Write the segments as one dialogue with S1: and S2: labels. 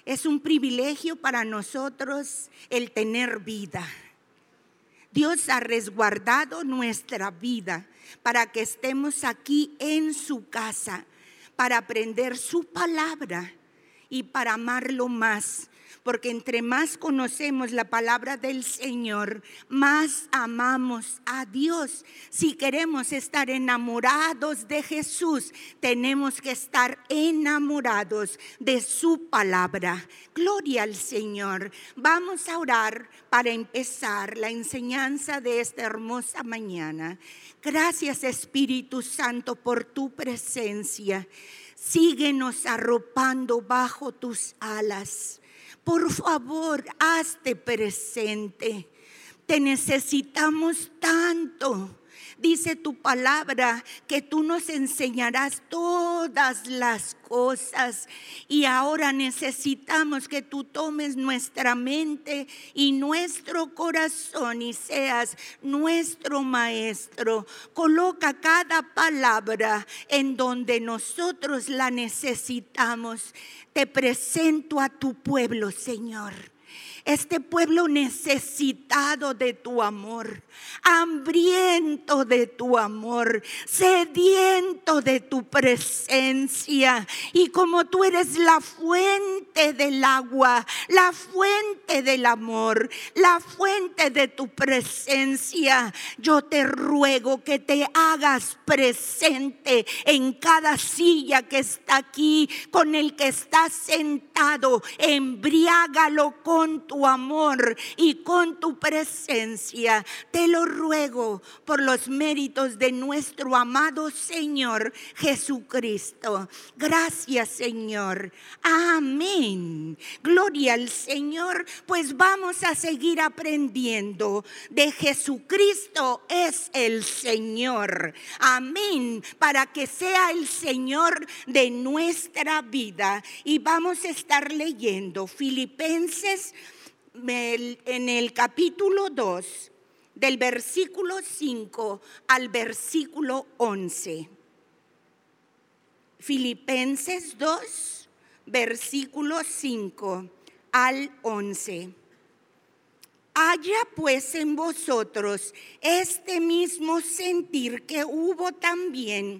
S1: Es un privilegio para nosotros el tener vida. Dios ha resguardado nuestra vida para que estemos aquí en su casa, para aprender su palabra y para amarlo más. Porque entre más conocemos la palabra del Señor, más amamos a Dios. Si queremos estar enamorados de Jesús, tenemos que estar enamorados de su palabra. Gloria al Señor. Vamos a orar para empezar la enseñanza de esta hermosa mañana. Gracias, Espíritu Santo, por tu presencia. Síguenos arropando bajo tus alas. Por favor, hazte presente. Te necesitamos tanto. Dice tu palabra que tú nos enseñarás todas las cosas. Y ahora necesitamos que tú tomes nuestra mente y nuestro corazón y seas nuestro maestro. Coloca cada palabra en donde nosotros la necesitamos. Te presento a tu pueblo, Señor. Este pueblo necesitado de tu amor, hambriento de tu amor, sediento de tu presencia. Y como tú eres la fuente del agua, la fuente del amor, la fuente de tu presencia, yo te ruego que te hagas presente en cada silla que está aquí, con el que está sentado. Embriágalo con tu amor y con tu presencia. Te lo ruego por los méritos de nuestro amado Señor Jesucristo. Gracias, Señor. Amén. Gloria al Señor. Pues vamos a seguir aprendiendo de Jesucristo es el Señor. Amén. Para que sea el Señor de nuestra vida. Y vamos a estar leyendo Filipenses en el capítulo 2, del versículo 5 al versículo 11. Filipenses 2, versículo 5 al 11. Haya pues en vosotros este mismo sentir que hubo también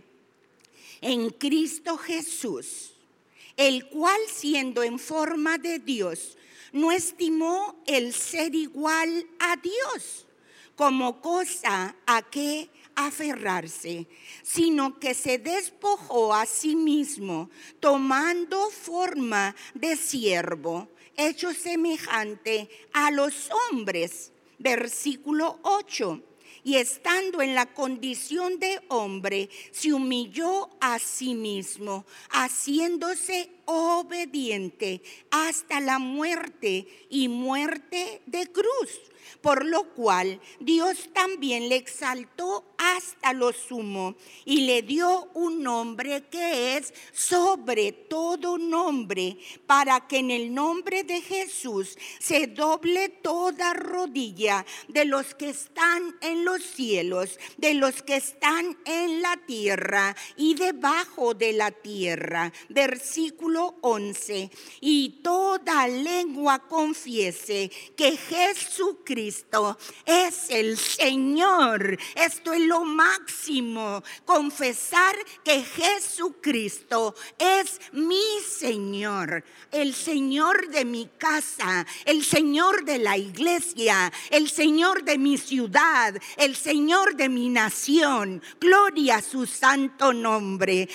S1: en Cristo Jesús, el cual siendo en forma de Dios, no estimó el ser igual a Dios como cosa a que aferrarse, sino que se despojó a sí mismo, tomando forma de siervo, hecho semejante a los hombres. Versículo 8. Y estando en la condición de hombre, se humilló a sí mismo, haciéndose obediente hasta la muerte y muerte de cruz. Por lo cual Dios también le exaltó hasta lo sumo y le dio un nombre que es sobre todo nombre, para que en el nombre de Jesús se doble toda rodilla de los que están en los cielos, de los que están en la tierra y debajo de la tierra. Versículo 11. Y toda lengua confiese que Jesucristo es el Señor. Esto es lo máximo, confesar que Jesucristo es mi Señor, el Señor de mi casa, el Señor de la iglesia, el Señor de mi ciudad, el Señor de mi nación. Gloria a su santo nombre.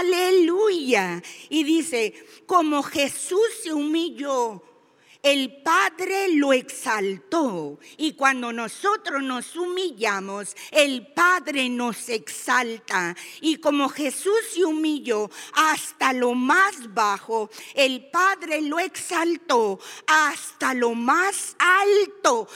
S1: Aleluya. Y dice, como Jesús se humilló, el Padre lo exaltó. Y cuando nosotros nos humillamos, el Padre nos exalta. Y como Jesús se humilló hasta lo más bajo, el Padre lo exaltó hasta lo más alto.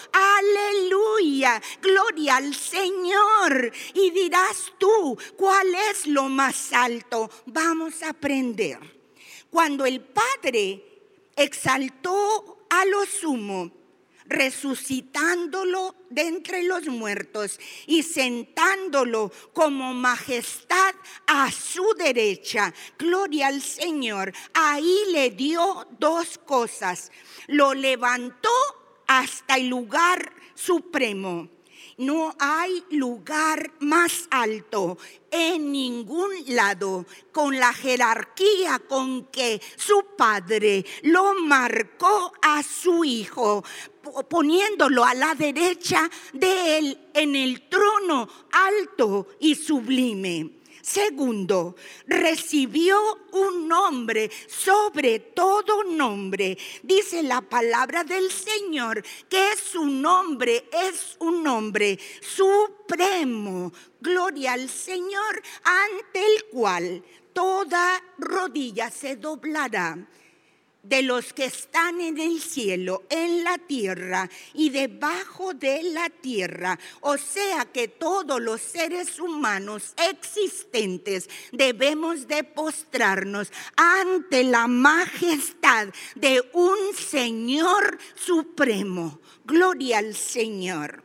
S1: Aleluya, gloria al Señor. Y dirás tú, ¿cuál es lo más alto? Vamos a aprender. Cuando el Padre exaltó a lo sumo, resucitándolo de entre los muertos y sentándolo como majestad a su derecha. Gloria al Señor. Ahí le dio dos cosas. Lo levantó hasta el lugar supremo. No hay lugar más alto en ningún lado, con la jerarquía con que su padre lo marcó a su hijo, poniéndolo a la derecha de él en el trono alto y sublime. Segundo, recibió un nombre sobre todo nombre. Dice la palabra del Señor que su nombre es un nombre supremo. Gloria al Señor, ante el cual toda rodilla se doblará, de los que están en el cielo, en la tierra y debajo de la tierra. O sea que todos los seres humanos existentes debemos de postrarnos ante la majestad de un Señor supremo. Gloria al Señor.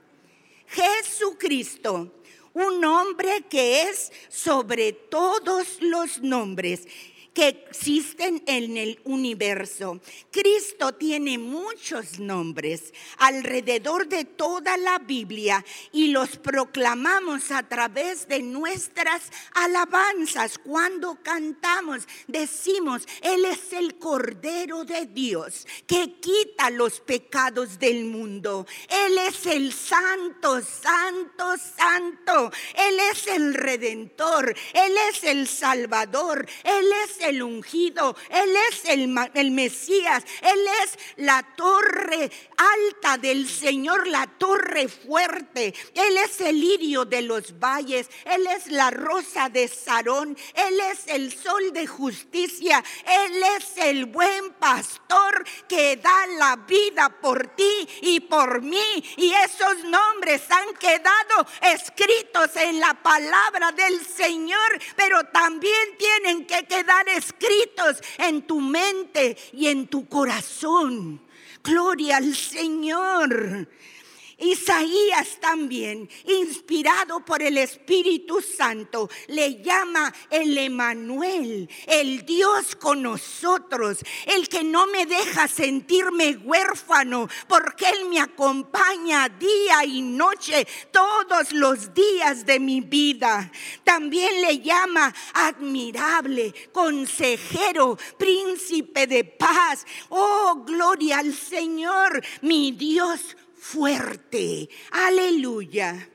S1: Jesucristo, un nombre que es sobre todos los nombres que existen en el universo. Cristo tiene muchos nombres alrededor de toda la Biblia y los proclamamos a través de nuestras alabanzas. Cuando cantamos, decimos: Él es el Cordero de Dios que quita los pecados del mundo. Él es el Santo, Santo, Santo. Él es el Redentor. Él es el Salvador. Él es el ungido, Él es el Mesías, Él es la torre alta del Señor, la torre fuerte. Él es el lirio de los valles, Él es la rosa de Sarón, Él es el sol de justicia, Él es el buen pastor que da la vida por ti y por mí. Y esos nombres han quedado escritos en la palabra del Señor, pero también tienen que quedar escritos en tu mente y en tu corazón. Gloria al Señor. Isaías también, inspirado por el Espíritu Santo, le llama el Emmanuel, el Dios con nosotros, el que no me deja sentirme huérfano, porque Él me acompaña día y noche, todos los días de mi vida. También le llama admirable, consejero, príncipe de paz. Oh, gloria al Señor, mi Dios fuerte. Aleluya.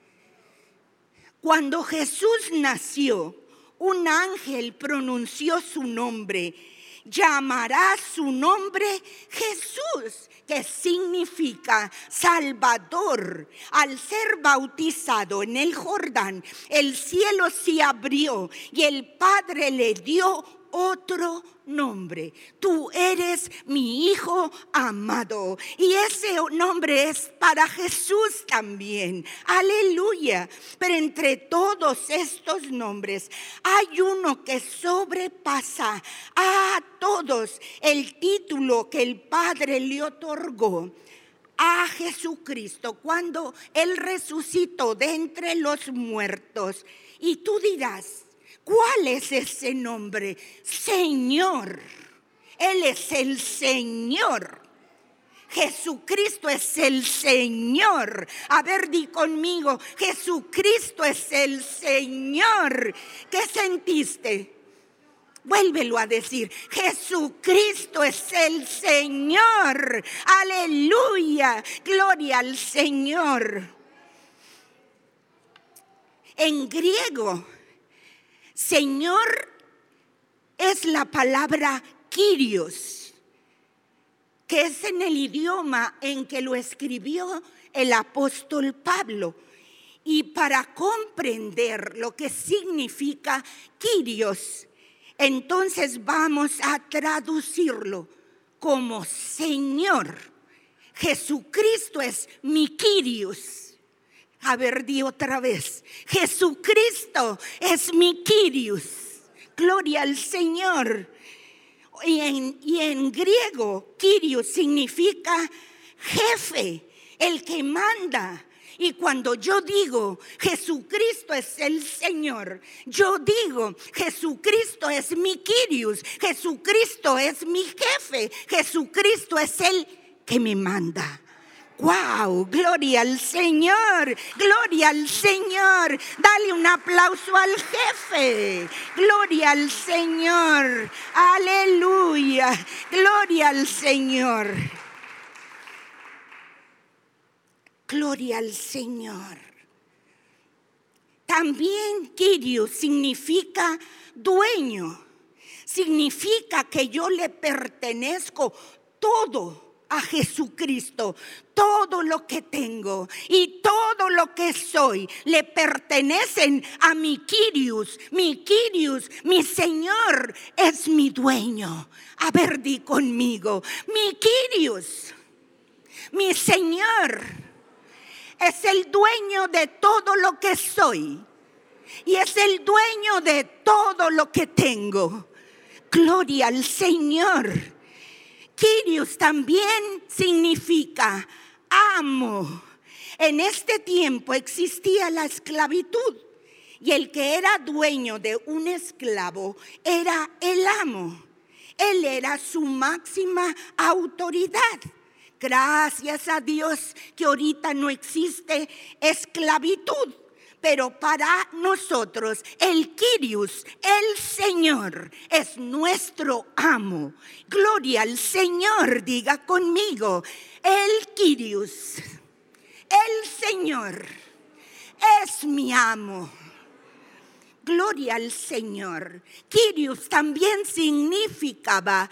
S1: Cuando Jesús nació, un ángel pronunció su nombre. Llamará su nombre Jesús, que significa Salvador. Al ser bautizado en el Jordán, el cielo se abrió y el Padre le dio otro nombre. Tú eres mi Hijo amado. Y ese nombre es para Jesús también. Aleluya. Pero entre todos estos nombres hay uno que sobrepasa a todos. El título que el Padre le otorgó a Jesucristo cuando Él resucitó de entre los muertos. Y tú dirás: ¿cuál es ese nombre? Señor. Él es el Señor. Jesucristo es el Señor. A ver, di conmigo: Jesucristo es el Señor. ¿Qué sentiste? Vuélvelo a decir: Jesucristo es el Señor. Aleluya. Gloria al Señor. En griego, Señor es la palabra Kyrios, que es en el idioma en que lo escribió el apóstol Pablo. Y para comprender lo que significa Kyrios, entonces vamos a traducirlo como Señor. Jesucristo es mi Kyrios. A ver, di otra vez: Jesucristo es mi Kyrios. Gloria al Señor. Y en griego, Kyrios significa jefe, el que manda. Y cuando yo digo Jesucristo es el Señor, yo digo Jesucristo es mi Kyrios, Jesucristo es mi jefe, Jesucristo es el que me manda. ¡Wow! ¡Gloria al Señor! ¡Gloria al Señor! Dale un aplauso al jefe. ¡Gloria al Señor! ¡Aleluya! ¡Gloria al Señor! ¡Gloria al Señor! También Kyrios significa dueño. Significa que yo le pertenezco todo a Jesucristo. Todo lo que tengo y todo lo que soy le pertenecen a mi Kyrios. Mi Kyrios, mi Señor es mi dueño. A ver, di conmigo, mi Kyrios, mi Señor es el dueño de todo lo que soy y es el dueño de todo lo que tengo. Gloria al Señor. Kyrios también significa amo. En este tiempo existía la esclavitud y el que era dueño de un esclavo era el amo. Él era su máxima autoridad. Gracias a Dios que ahorita no existe esclavitud. Pero para nosotros el Kyrios, el Señor, es nuestro amo. Gloria al Señor, diga conmigo, el Kyrios, el Señor, es mi amo. Gloria al Señor. Kyrios también significaba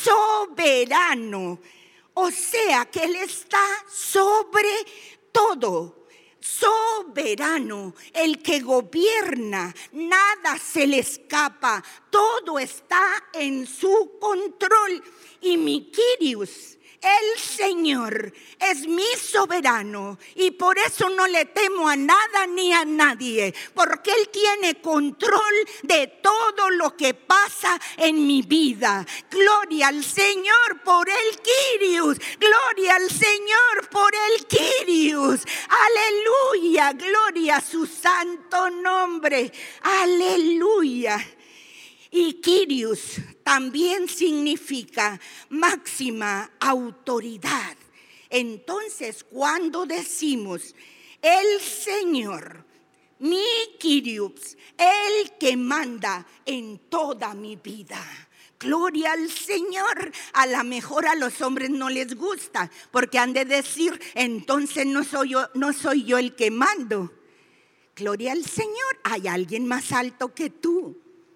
S1: soberano. O sea que Él está sobre todo. Soberano, el que gobierna, nada se le escapa, todo está en su control. Y mi Kyrios, el Señor, es mi soberano y por eso no le temo a nada ni a nadie, porque Él tiene control de todo lo que pasa en mi vida. Gloria al Señor por el Kyrios, gloria al Señor por el Kyrios, aleluya, gloria a su santo nombre, aleluya. Y Kyrios también significa máxima autoridad. Entonces, cuando decimos el Señor, mi Kyrios, el que manda en toda mi vida. Gloria al Señor. A lo mejor a los hombres no les gusta, porque han de decir, entonces no soy yo el que mando. Gloria al Señor, hay alguien más alto que tú.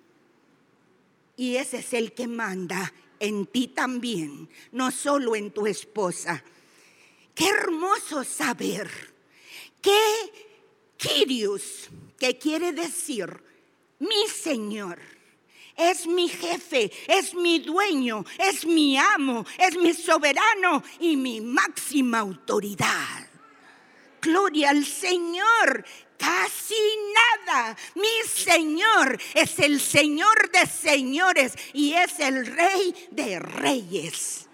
S1: Y ese es el que manda en ti también, no solo en tu esposa. Qué hermoso saber que Kyrios, que quiere decir mi Señor, es mi jefe, es mi dueño, es mi amo, es mi soberano y mi máxima autoridad. Gloria al Señor. Casi nada. Mi Señor es el Señor de señores y es el Rey de reyes.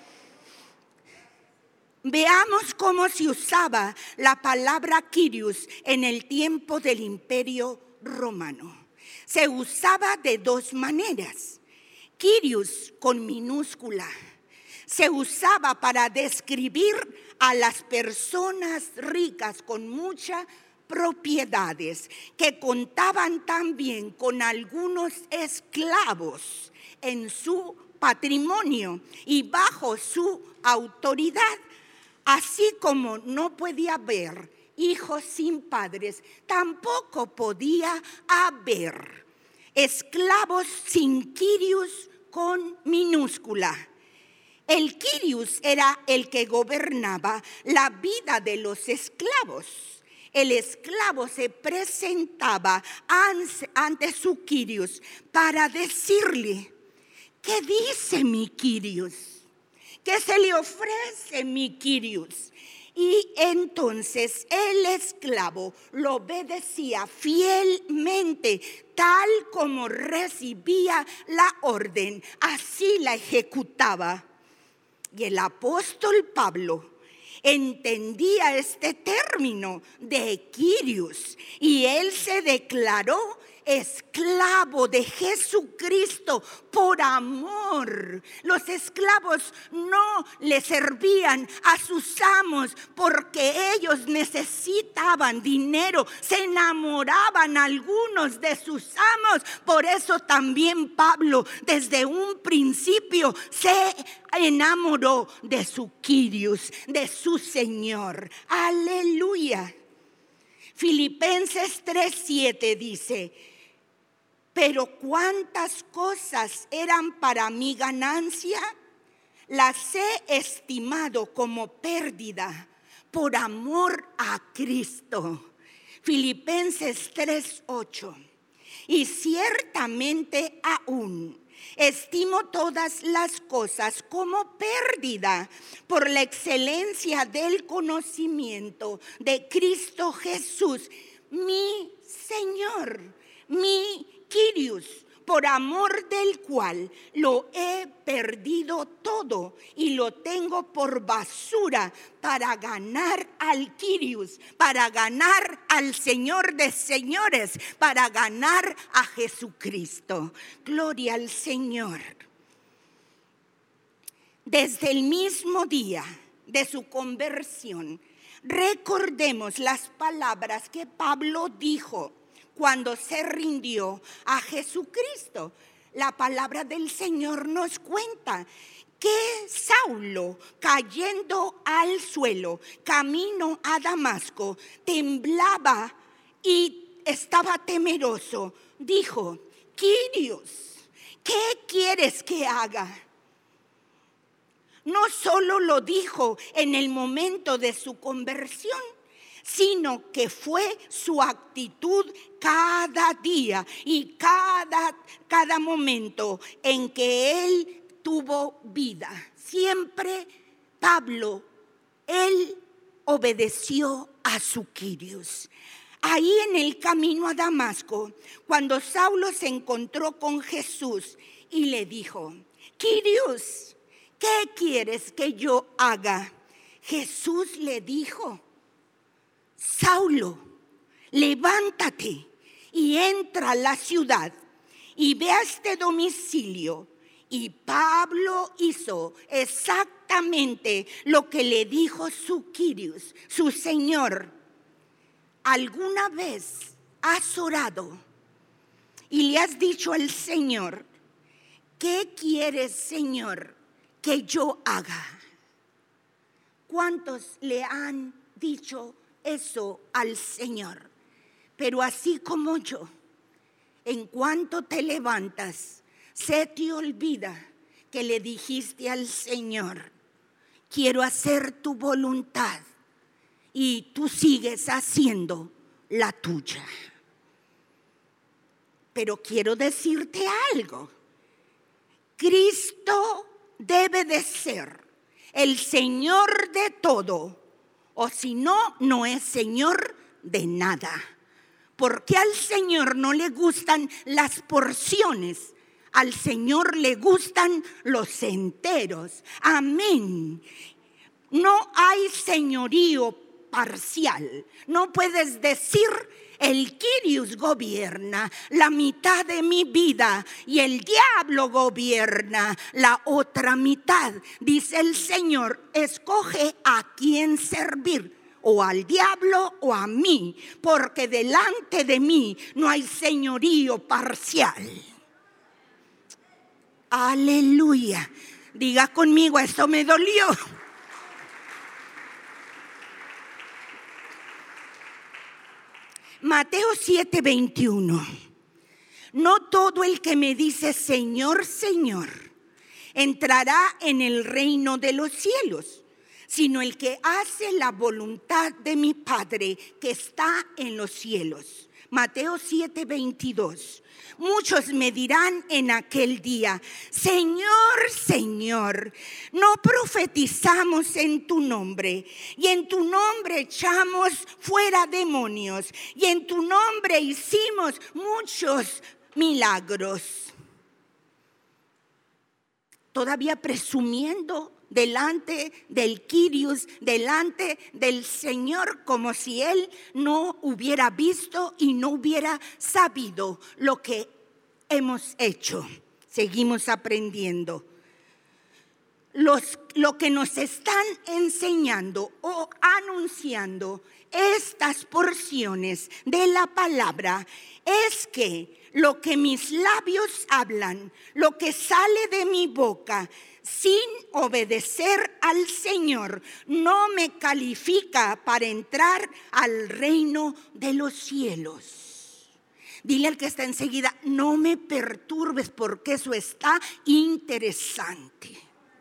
S1: Veamos cómo se usaba la palabra Kyrios en el tiempo del Imperio Romano. Se usaba de dos maneras. Kyrios con minúscula. Se usaba para describir a las personas ricas con mucha propiedades que contaban también con algunos esclavos en su patrimonio y bajo su autoridad. Así como no podía haber hijos sin padres, tampoco podía haber esclavos sin Kyrios con minúscula. El Kyrios era el que gobernaba la vida de los esclavos. El esclavo se presentaba ante su Kyrios para decirle, ¿qué dice mi Kyrios? ¿Qué se le ofrece mi Kyrios? Y entonces el esclavo lo obedecía fielmente, tal como recibía la orden, así la ejecutaba. Y el apóstol Pablo entendía este término de Kyrios y él se declaró esclavo de Jesucristo por amor. Los esclavos no le servían a sus amos porque ellos necesitaban dinero, se enamoraban algunos de sus amos. Por eso también Pablo desde un principio se enamoró de su Kyrios, de su Señor. Aleluya. Filipenses 3:7 dice: pero cuántas cosas eran para mi ganancia, las he estimado como pérdida por amor a Cristo. Filipenses 3:8. Y ciertamente aún estimo todas las cosas como pérdida por la excelencia del conocimiento de Cristo Jesús, mi Señor, mi Kyrios, por amor del cual lo he perdido todo y lo tengo por basura para ganar al Kyrios, para ganar al Señor de señores, para ganar a Jesucristo. Gloria al Señor. Desde el mismo día de su conversión, recordemos las palabras que Pablo dijo cuando se rindió a Jesucristo. La palabra del Señor nos cuenta que Saulo, cayendo al suelo, camino a Damasco, temblaba y estaba temeroso. Dijo: Kyrios, ¿qué quieres que haga? No solo lo dijo en el momento de su conversión, sino que fue su actitud cada día y cada momento en que él tuvo vida. Siempre Pablo, él obedeció a su Kyrios. Ahí en el camino a Damasco, cuando Saulo se encontró con Jesús y le dijo: Kyrios, ¿qué quieres que yo haga? Jesús le dijo: Saulo, levántate y entra a la ciudad y ve a este domicilio. Y Pablo hizo exactamente lo que le dijo su Kyrios, su Señor. ¿Alguna vez has orado y le has dicho al Señor: ¿qué quieres, Señor, que yo haga? ¿Cuántos le han dicho eso al Señor? Pero así como yo, en cuanto te levantas, se te olvida que le dijiste al Señor: quiero hacer tu voluntad, y tú sigues haciendo la tuya. Pero quiero decirte algo: Cristo debe de ser el Señor de todo, o si no, no es Señor de nada. Porque al Señor no le gustan las porciones, al Señor le gustan los enteros. Amén. No hay señorío parcial. No puedes decir: el Kyrios gobierna la mitad de mi vida y el diablo gobierna la otra mitad. Dice el Señor: escoge a quién servir, o al diablo o a mí, porque delante de mí no hay señorío parcial. Aleluya. Diga conmigo: esto me dolió. Mateo 7:21. No todo el que me dice Señor, Señor, entrará en el reino de los cielos, sino el que hace la voluntad de mi Padre que está en los cielos. Mateo 7:22. Muchos me dirán en aquel día: Señor, Señor, ¿no profetizamos en tu nombre? Y en tu nombre echamos fuera demonios. Y en tu nombre hicimos muchos milagros. Todavía presumiendo delante del Kyrios, delante del Señor, como si Él no hubiera visto y no hubiera sabido lo que hemos hecho. Seguimos aprendiendo. Lo que nos están enseñando o anunciando estas porciones de la palabra es que lo que mis labios hablan, lo que sale de mi boca, sin obedecer al Señor, no me califica para entrar al reino de los cielos. Dile al que está enseguida, no me perturbes porque eso está interesante.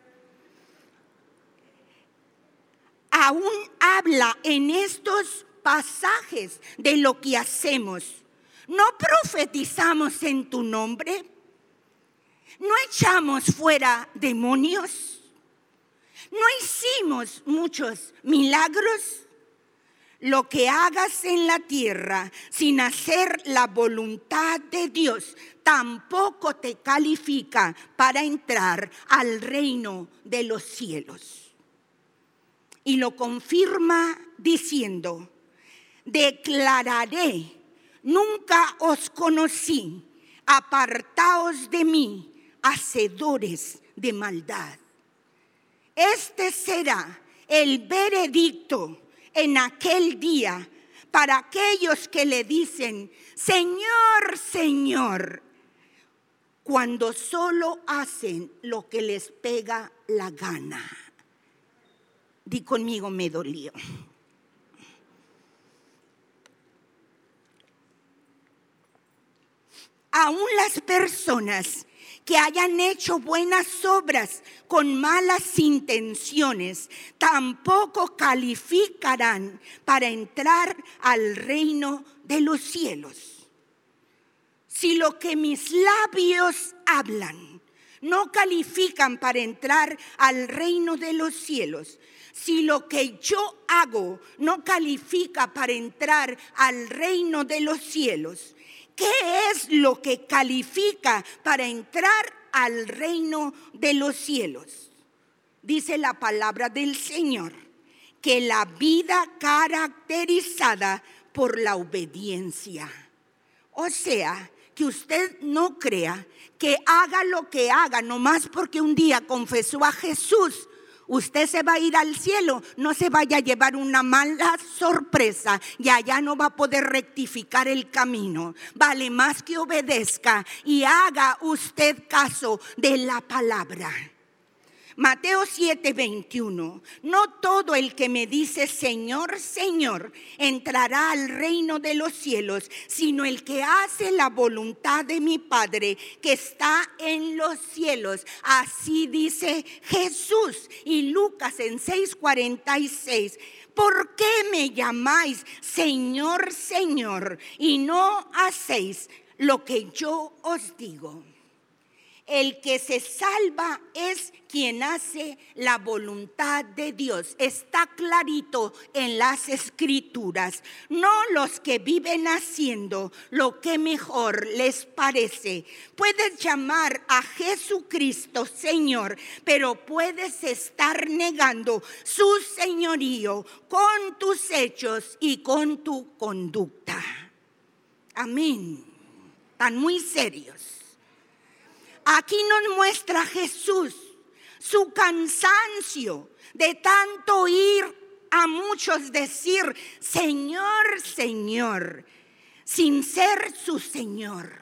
S1: Aún habla en estos pasajes de lo que hacemos. ¿No profetizamos en tu nombre? ¿No echamos fuera demonios? ¿No hicimos muchos milagros? Lo que hagas en la tierra sin hacer la voluntad de Dios tampoco te califica para entrar al reino de los cielos. Y lo confirma diciendo, declararé, nunca os conocí, apartaos de mí, hacedores de maldad. Este será el veredicto en aquel día para aquellos que le dicen, Señor, Señor, cuando solo hacen lo que les pega la gana. Di conmigo, me dolió. Aún las personas que hayan hecho buenas obras con malas intenciones tampoco calificarán para entrar al reino de los cielos. Si lo que mis labios hablan no califican para entrar al reino de los cielos, si lo que yo hago no califica para entrar al reino de los cielos, ¿qué es lo que califica para entrar al reino de los cielos? Dice la palabra del Señor, que la vida caracterizada por la obediencia. O sea, que usted no crea que haga lo que haga, nomás porque un día confesó a Jesús, usted se va a ir al cielo. No se vaya a llevar una mala sorpresa y allá no va a poder rectificar el camino. Vale más que obedezca y haga usted caso de la palabra. Mateo 7:21. No todo el que me dice Señor, Señor, entrará al reino de los cielos, sino el que hace la voluntad de mi Padre que está en los cielos. Así dice Jesús. Y Lucas en 6:46. ¿Por qué me llamáis Señor, Señor, y no hacéis lo que yo os digo? El que se salva es quien hace la voluntad de Dios. Está clarito en las Escrituras. No los que viven haciendo lo que mejor les parece. Puedes llamar a Jesucristo Señor, pero puedes estar negando su señorío con tus hechos y con tu conducta. Amén. Están muy serios. Aquí nos muestra Jesús su cansancio de tanto oír a muchos decir Señor, Señor, sin ser su Señor.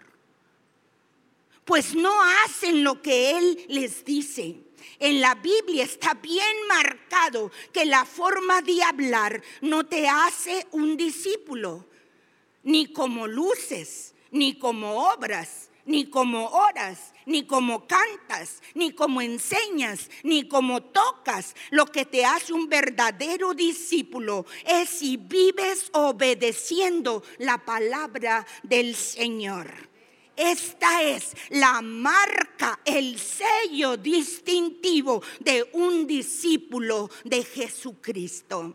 S1: Pues no hacen lo que Él les dice. En la Biblia está bien marcado que la forma de hablar no te hace un discípulo, ni como luces, ni como obras, ni como oras, ni como cantas, ni como enseñas, ni como tocas. Lo que te hace un verdadero discípulo es si vives obedeciendo la palabra del Señor. Esta es la marca, el sello distintivo de un discípulo de Jesucristo.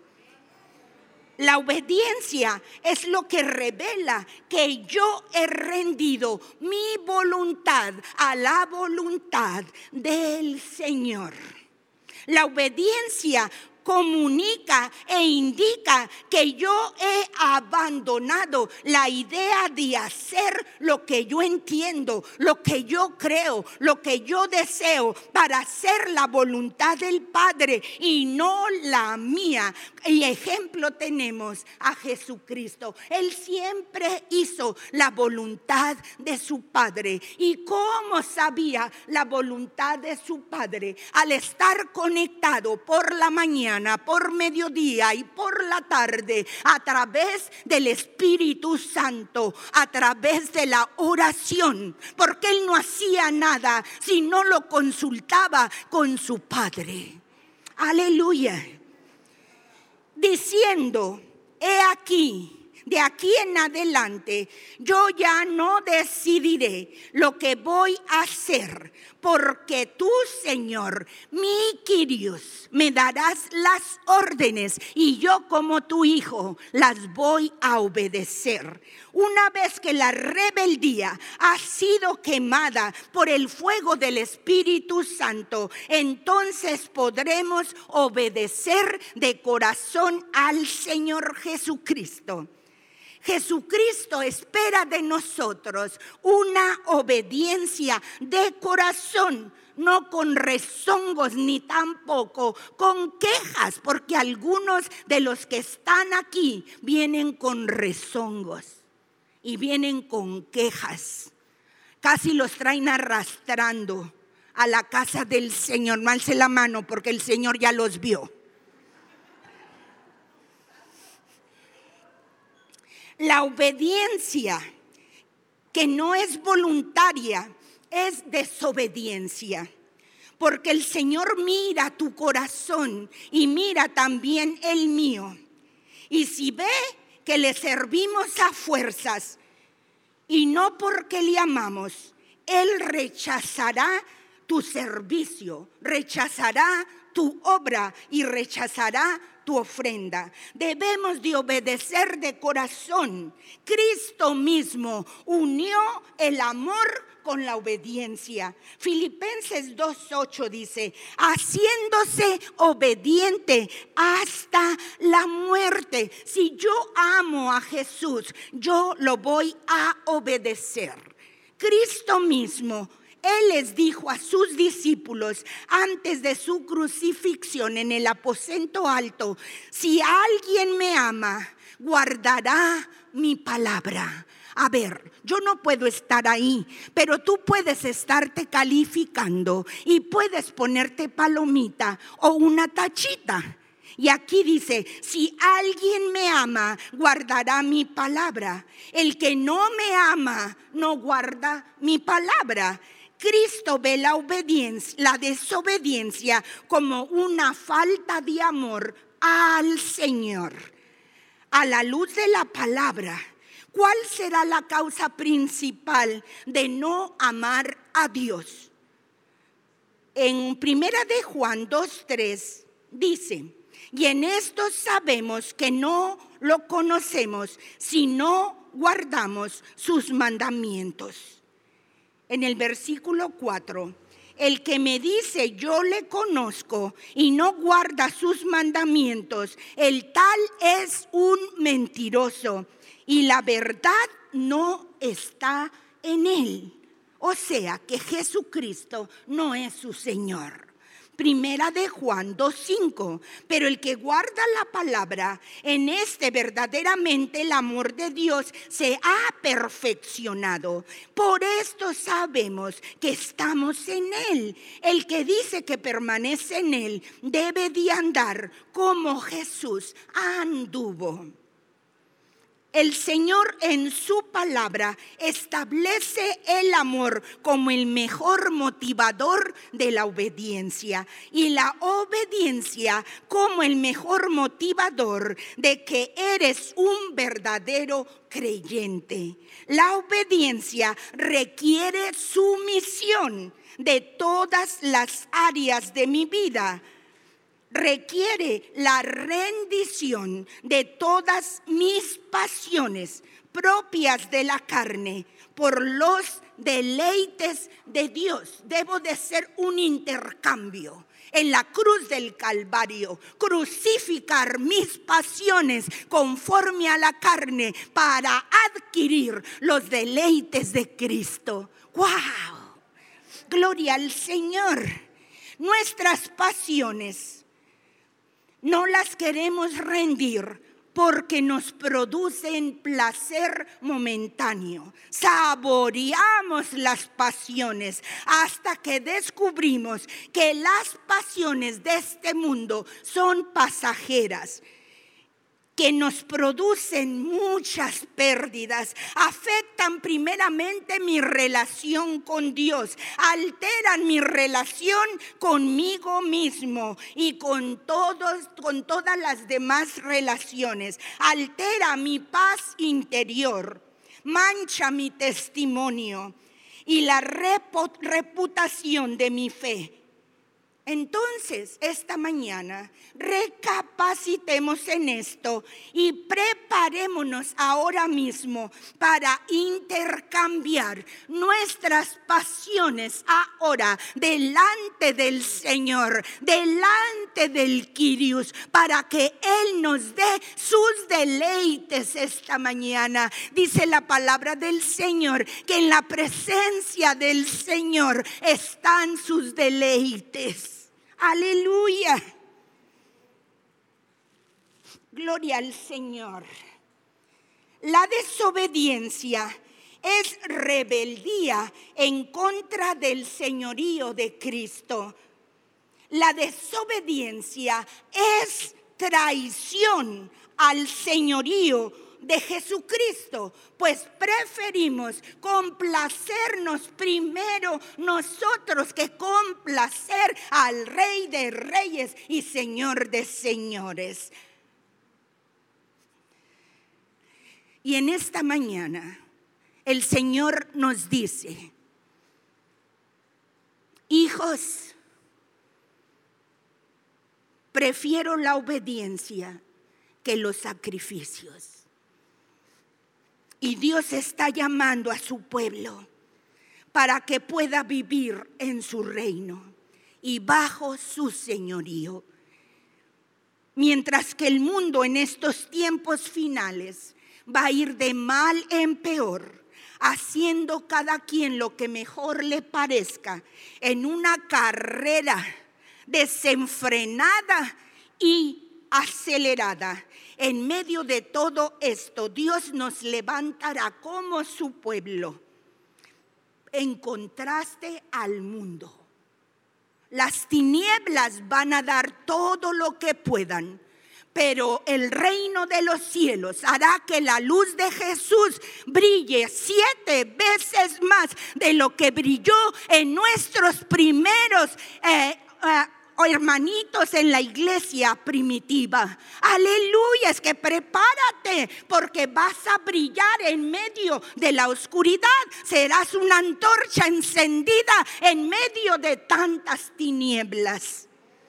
S1: La obediencia es lo que revela que yo he rendido mi voluntad a la voluntad del Señor. La obediencia comunica e indica que yo he abandonado la idea de hacer lo que yo entiendo, lo que yo creo, lo que yo deseo, para hacer la voluntad del Padre y no la mía. Y ejemplo tenemos a Jesucristo. Él siempre hizo la voluntad de su Padre. ¿Y cómo sabía la voluntad de su Padre? Al estar conectado por la mañana, por mediodía y por la tarde, a través del Espíritu Santo, a través de la oración, porque él no hacía nada si no lo consultaba con su Padre. Aleluya. Diciendo, he aquí, de aquí en adelante, yo ya no decidiré lo que voy a hacer, porque tú, Señor, mi Kyrios, me darás las órdenes y yo como tu hijo las voy a obedecer. Una vez que la rebeldía ha sido quemada por el fuego del Espíritu Santo, entonces podremos obedecer de corazón al Señor Jesucristo. Jesucristo espera de nosotros una obediencia de corazón, no con rezongos ni tampoco con quejas, porque algunos de los que están aquí vienen con rezongos y vienen con quejas. Casi los traen arrastrando a la casa del Señor. No alce la mano porque el Señor ya los vio. La obediencia que no es voluntaria es desobediencia, porque el Señor mira tu corazón y mira también el mío. Y si ve que le servimos a fuerzas y no porque le amamos, Él rechazará tu servicio, rechazará tu obra y rechazará tu ofrenda. Debemos de obedecer de corazón. Cristo mismo unió el amor con la obediencia. Filipenses 2:8 dice, haciéndose obediente hasta la muerte. Si yo amo a Jesús, yo lo voy a obedecer. Cristo mismo, Él les dijo a sus discípulos antes de su crucifixión en el aposento alto, si alguien me ama, guardará mi palabra. A ver, yo no puedo estar ahí, pero tú puedes estarte calificando y puedes ponerte palomita o una tachita. Y aquí dice, si alguien me ama, guardará mi palabra. El que no me ama, no guarda mi palabra. Cristo ve la obediencia, la desobediencia como una falta de amor al Señor. A la luz de la palabra, ¿cuál será la causa principal de no amar a Dios? En 1 de Juan 2:3 dice, y en esto sabemos que no lo conocemos si no guardamos sus mandamientos. En el versículo 4, el que me dice yo le conozco y no guarda sus mandamientos, el tal es un mentiroso y la verdad no está en él. O sea que Jesucristo no es su Señor. 1 de Juan 2:5, pero el que guarda la palabra, en este verdaderamente el amor de Dios se ha perfeccionado. Por esto sabemos que estamos en Él. El que dice que permanece en Él debe de andar como Jesús anduvo. El Señor en su palabra establece el amor como el mejor motivador de la obediencia y la obediencia como el mejor motivador de que eres un verdadero creyente. La obediencia requiere sumisión de todas las áreas de mi vida. Requiere la rendición de todas mis pasiones propias de la carne por los deleites de Dios. Debo de ser un intercambio. en la cruz del Calvario, crucificar mis pasiones conforme a la carne para adquirir los deleites de Cristo. ¡Wow! Gloria al Señor. Nuestras pasiones no las queremos rendir porque nos producen placer momentáneo. Saboreamos las pasiones hasta que descubrimos que las pasiones de este mundo son pasajeras, que nos producen muchas pérdidas, afectan primeramente mi relación con Dios, alteran mi relación conmigo mismo y con todas las demás relaciones, altera mi paz interior, mancha mi testimonio y la reputación de mi fe. Entonces, esta mañana, recapacitemos en esto y preparémonos ahora mismo para intercambiar nuestras pasiones ahora delante del Señor, delante del Kyrios, para que Él nos dé sus deleites esta mañana. Dice la palabra del Señor que en la presencia del Señor están sus deleites. Aleluya. Gloria al Señor. La desobediencia es rebeldía en contra del señorío de Cristo. La desobediencia es traición al señorío de Jesucristo, pues preferimos complacernos primero nosotros que complacer al Rey de Reyes y Señor de Señores. Y en esta mañana el Señor nos dice: hijos, prefiero la obediencia que los sacrificios. Y Dios está llamando a su pueblo para que pueda vivir en su reino y bajo su señorío. Mientras que el mundo en estos tiempos finales va a ir de mal en peor, haciendo cada quien lo que mejor le parezca, en una carrera desenfrenada y acelerada. En medio de todo esto, Dios nos levantará como su pueblo, en contraste al mundo. Las tinieblas van a dar todo lo que puedan, pero el reino de los cielos hará que la luz de Jesús brille 7 veces más de lo que brilló en nuestros primeros hermanitos en la iglesia primitiva. Aleluya, es que prepárate porque vas a brillar en medio de la oscuridad. Serás una antorcha encendida en medio de tantas tinieblas.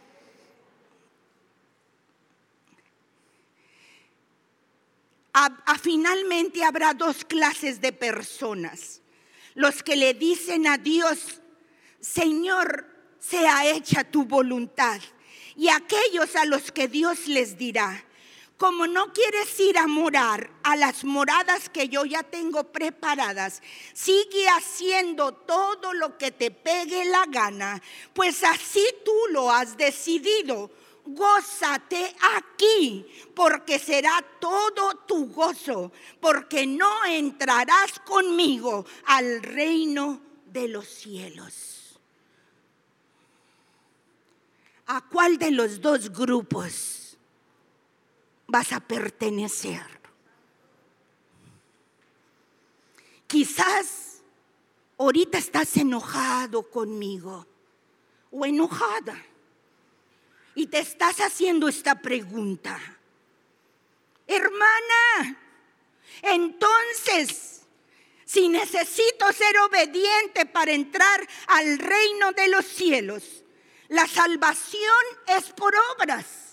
S1: Finalmente habrá 2 clases de personas: los que le dicen a Dios: Señor, sea hecha tu voluntad, y aquellos a los que Dios les dirá: como no quieres ir a morar a las moradas que yo ya tengo preparadas, sigue haciendo todo lo que te pegue la gana, pues así tú lo has decidido. Gózate aquí, porque será todo tu gozo, porque no entrarás conmigo al reino de los cielos. ¿A cuál de los 2 grupos vas a pertenecer? Quizás ahorita estás enojado conmigo o enojada y te estás haciendo esta pregunta: hermana, entonces, si necesito ser obediente para entrar al reino de los cielos, la salvación es por obras.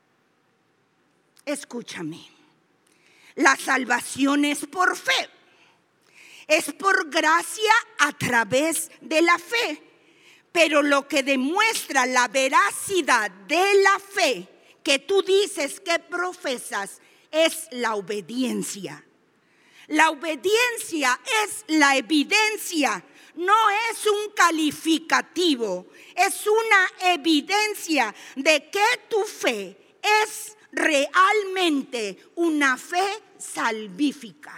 S1: Escúchame, la salvación es por fe, es por gracia a través de la fe. Pero lo que demuestra la veracidad de la fe que tú dices que profesas es la obediencia. La obediencia es la evidencia, no es un calificativo, es una evidencia de que tu fe es realmente una fe salvífica.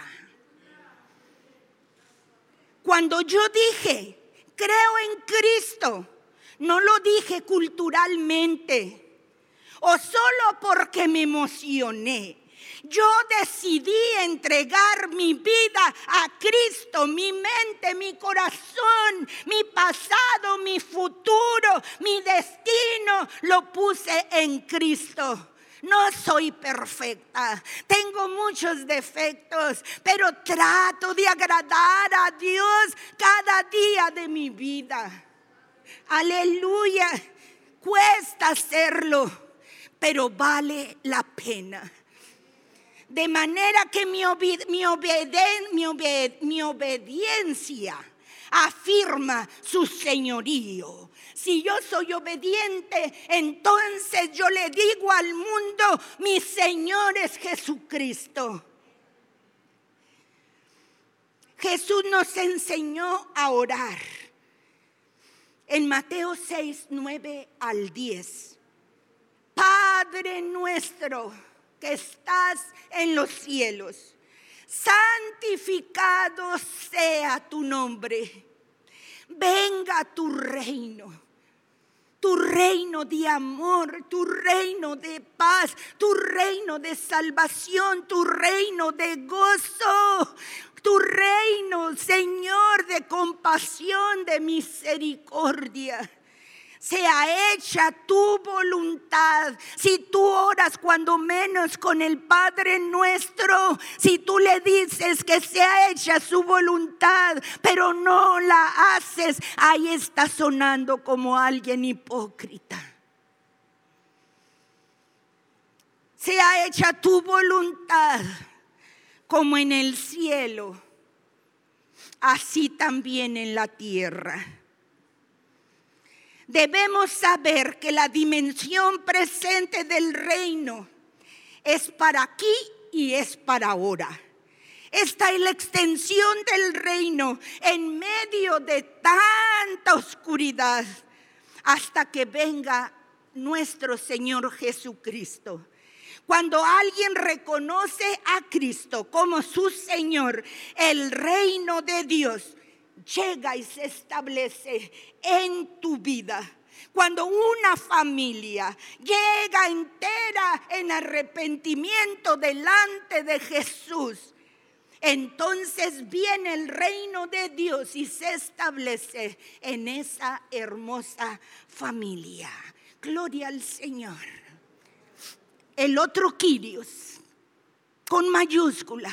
S1: Cuando yo dije, creo en Cristo, no lo dije culturalmente o solo porque me emocioné. Yo decidí entregar mi vida a Cristo, mi mente, mi corazón, mi pasado, mi futuro, mi destino, lo puse en Cristo. No soy perfecta, tengo muchos defectos, pero trato de agradar a Dios cada día de mi vida. Aleluya, cuesta hacerlo, pero vale la pena. De manera que mi obediencia afirma su señorío. Si yo soy obediente, entonces yo le digo al mundo, mi Señor es Jesucristo. Jesús nos enseñó a orar. En Mateo 6, 9 al 10. Padre nuestro que estás en los cielos, santificado sea tu nombre. Venga tu reino de amor, tu reino de paz, tu reino de salvación, tu reino de gozo, tu reino, Señor, de compasión, de misericordia. Sea hecha tu voluntad. Si tú oras cuando menos con el Padre nuestro, si tú le dices que sea hecha su voluntad, pero no la haces, ahí está sonando como alguien hipócrita. Sea hecha tu voluntad como en el cielo, así también en la tierra. Debemos saber que la dimensión presente del reino es para aquí y es para ahora. Esta es la extensión del reino en medio de tanta oscuridad hasta que venga nuestro Señor Jesucristo. Cuando alguien reconoce a Cristo como su Señor, el reino de Dios llega y se establece en tu vida. Cuando una familia llega entera en arrepentimiento delante de Jesús, entonces viene el reino de Dios y se establece en esa hermosa familia. Gloria al Señor. El otro Kyrios, con mayúscula,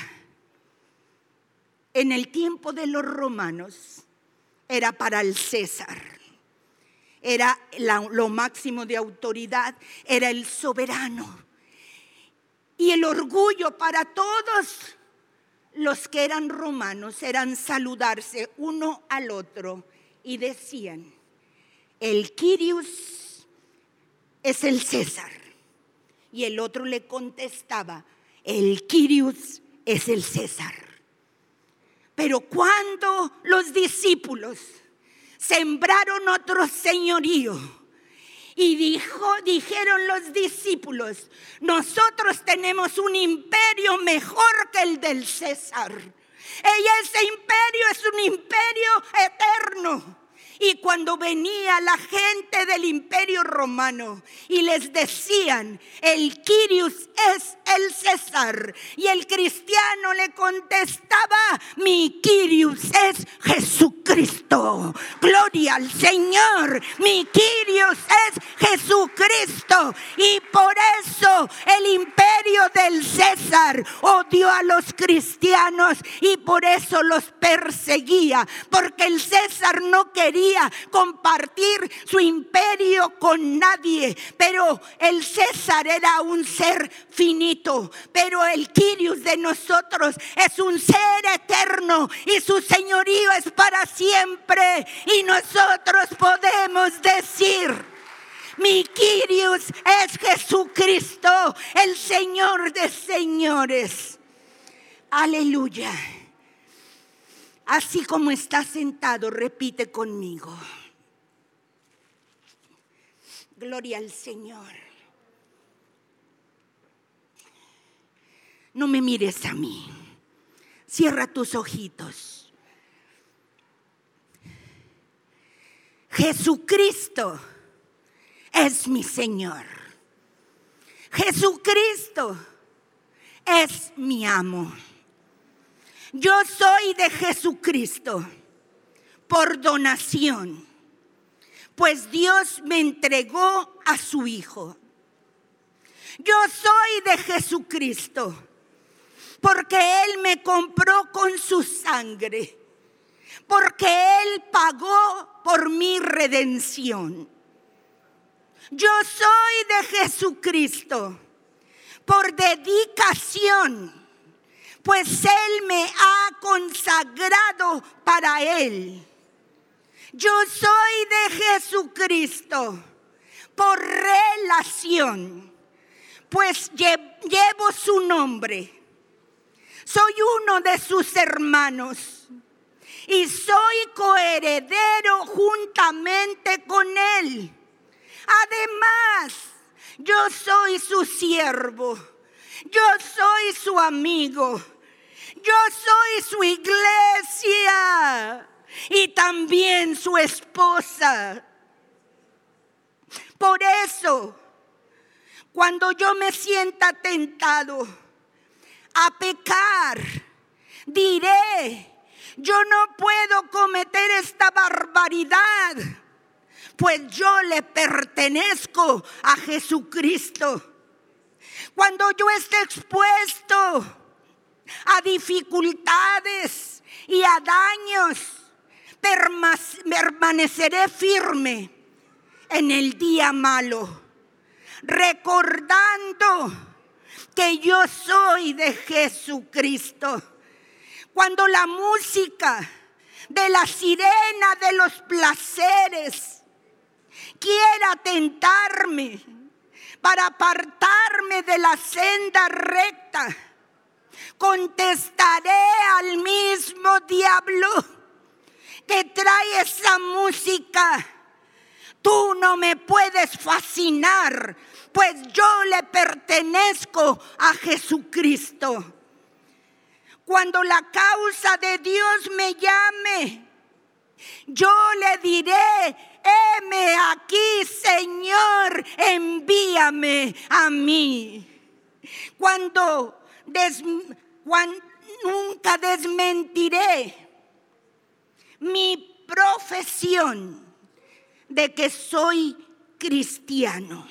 S1: en el tiempo de los romanos era para el César. Era lo máximo de autoridad, era el soberano. Y el orgullo para todos los que eran romanos eran saludarse uno al otro y decían, el Kyrios es el César. Y el otro le contestaba, el Kyrios es el César. Pero cuando los discípulos sembraron otro señorío y dijeron los discípulos, nosotros tenemos un imperio mejor que el del César. Ese imperio es un imperio eterno. Y cuando venía la gente del imperio romano y les decían, el Kyrios es el César, y el cristiano le contestaba, mi Kyrios es Jesucristo. Gloria al Señor, mi Kyrios es Jesucristo. Cristo. Y por eso el imperio del César odió a los cristianos y por eso los perseguía, porque el César no quería compartir su imperio con nadie. Pero el César era un ser finito, pero el Kyrios de nosotros es un ser eterno y su señorío es para siempre. Y nosotros podemos decir: mi Kyrios es Jesucristo, el Señor de señores. Aleluya. Así como está sentado, repite conmigo: gloria al Señor. No me mires a mí. Cierra tus ojitos. Jesucristo es mi Señor. Jesucristo es mi amo. Yo soy de Jesucristo por donación, pues Dios me entregó a su Hijo. Yo soy de Jesucristo porque Él me compró con su sangre, porque Él pagó por mi redención. Yo soy de Jesucristo por dedicación, pues Él me ha consagrado para Él. Yo soy de Jesucristo por relación, pues llevo su nombre. Soy uno de sus hermanos y soy coheredero juntamente con Él. Además, yo soy su siervo, yo soy su amigo, yo soy su iglesia y también su esposa. Por eso, cuando yo me sienta tentado a pecar, diré: yo no puedo cometer esta barbaridad, pues yo le pertenezco a Jesucristo. Cuando yo esté expuesto a dificultades y a daños, permaneceré firme en el día malo, recordando que yo soy de Jesucristo. Cuando la música de la sirena de los placeres quiera tentarme para apartarme de la senda recta, contestaré al mismo diablo que trae esa música: tú no me puedes fascinar, pues yo le pertenezco a Jesucristo. Cuando la causa de Dios me llame, yo le diré: heme aquí, Señor, envíame a mí. Nunca desmentiré mi profesión de que soy cristiano.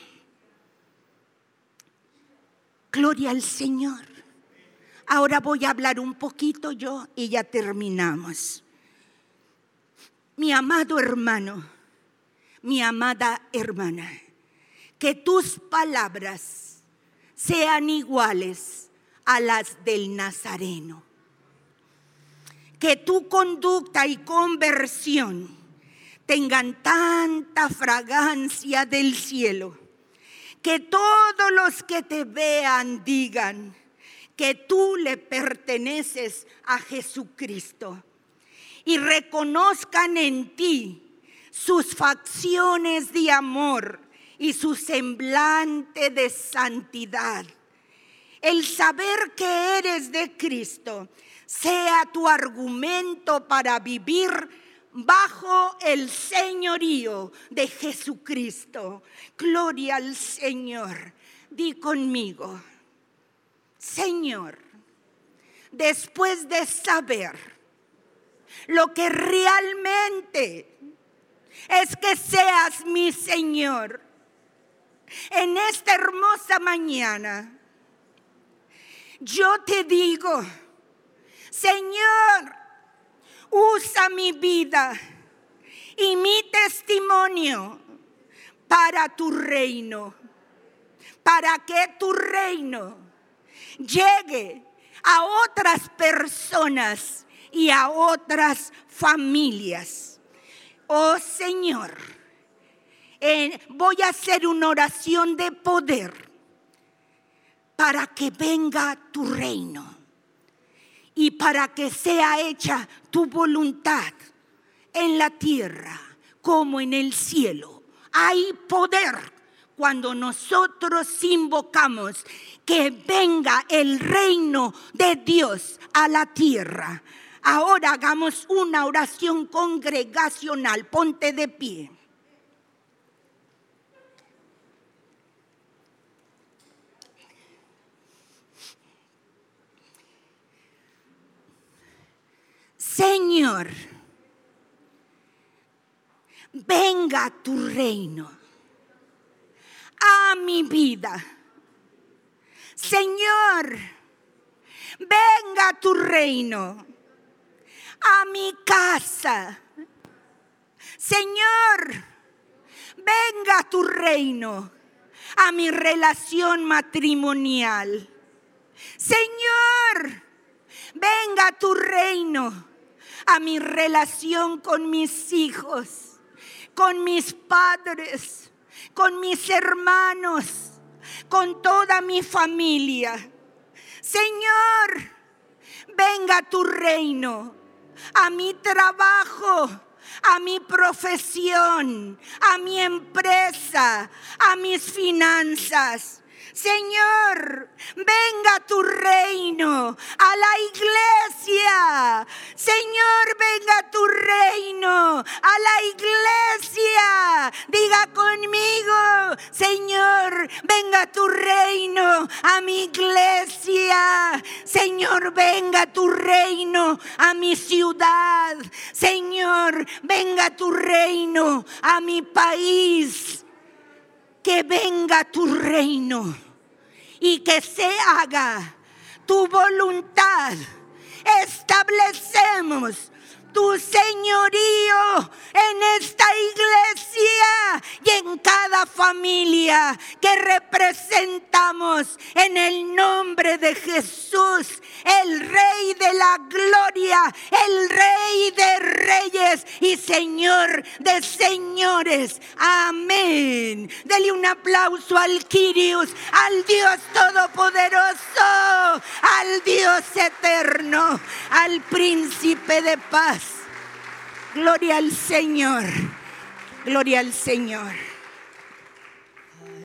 S1: Gloria al Señor. Ahora voy a hablar un poquito yo y ya terminamos. Mi amado hermano, mi amada hermana, que tus palabras sean iguales a las del Nazareno. Que tu conducta y conversión tengan tanta fragancia del cielo, que todos los que te vean digan que tú le perteneces a Jesucristo y reconozcan en ti sus facciones de amor y su semblante de santidad. El saber que eres de Cristo sea tu argumento para vivir bajo el señorío de Jesucristo. Gloria al Señor. Di conmigo: Señor, después de saber lo que realmente es que seas mi Señor, en esta hermosa mañana, yo te digo, Señor, usa mi vida y mi testimonio para tu reino, para que tu reino llegue a otras personas y a otras familias. Oh Señor, voy a hacer una oración de poder para que venga tu reino y para que sea hecha tu voluntad en la tierra como en el cielo. Hay poder cuando nosotros invocamos que venga el reino de Dios a la tierra. Ahora hagamos una oración congregacional. Ponte de pie. Señor, venga tu reino a mi vida. Señor, venga tu reino a mi casa. Señor, venga tu reino a mi relación matrimonial. Señor, venga tu reino a mi relación con mis hijos, con mis padres, con mis hermanos, con toda mi familia. Señor, venga tu reino a mi trabajo, a mi profesión, a mi empresa, a mis finanzas. Señor, venga tu reino a la iglesia. Señor, venga tu reino a la iglesia. Diga conmigo, Señor, venga tu reino a mi iglesia. Señor, venga tu reino a mi ciudad. Señor, venga tu reino a mi país. Que venga tu reino y que se haga tu voluntad. Establecemos tu señorío en esta iglesia y en cada familia que representamos en el nombre de Jesús, el Rey de la gloria, el Rey de reyes y Señor de señores. Amén. Dele un aplauso al Kyrios, al Dios todopoderoso, al Dios eterno, al príncipe de paz. Gloria al Señor, gloria al Señor.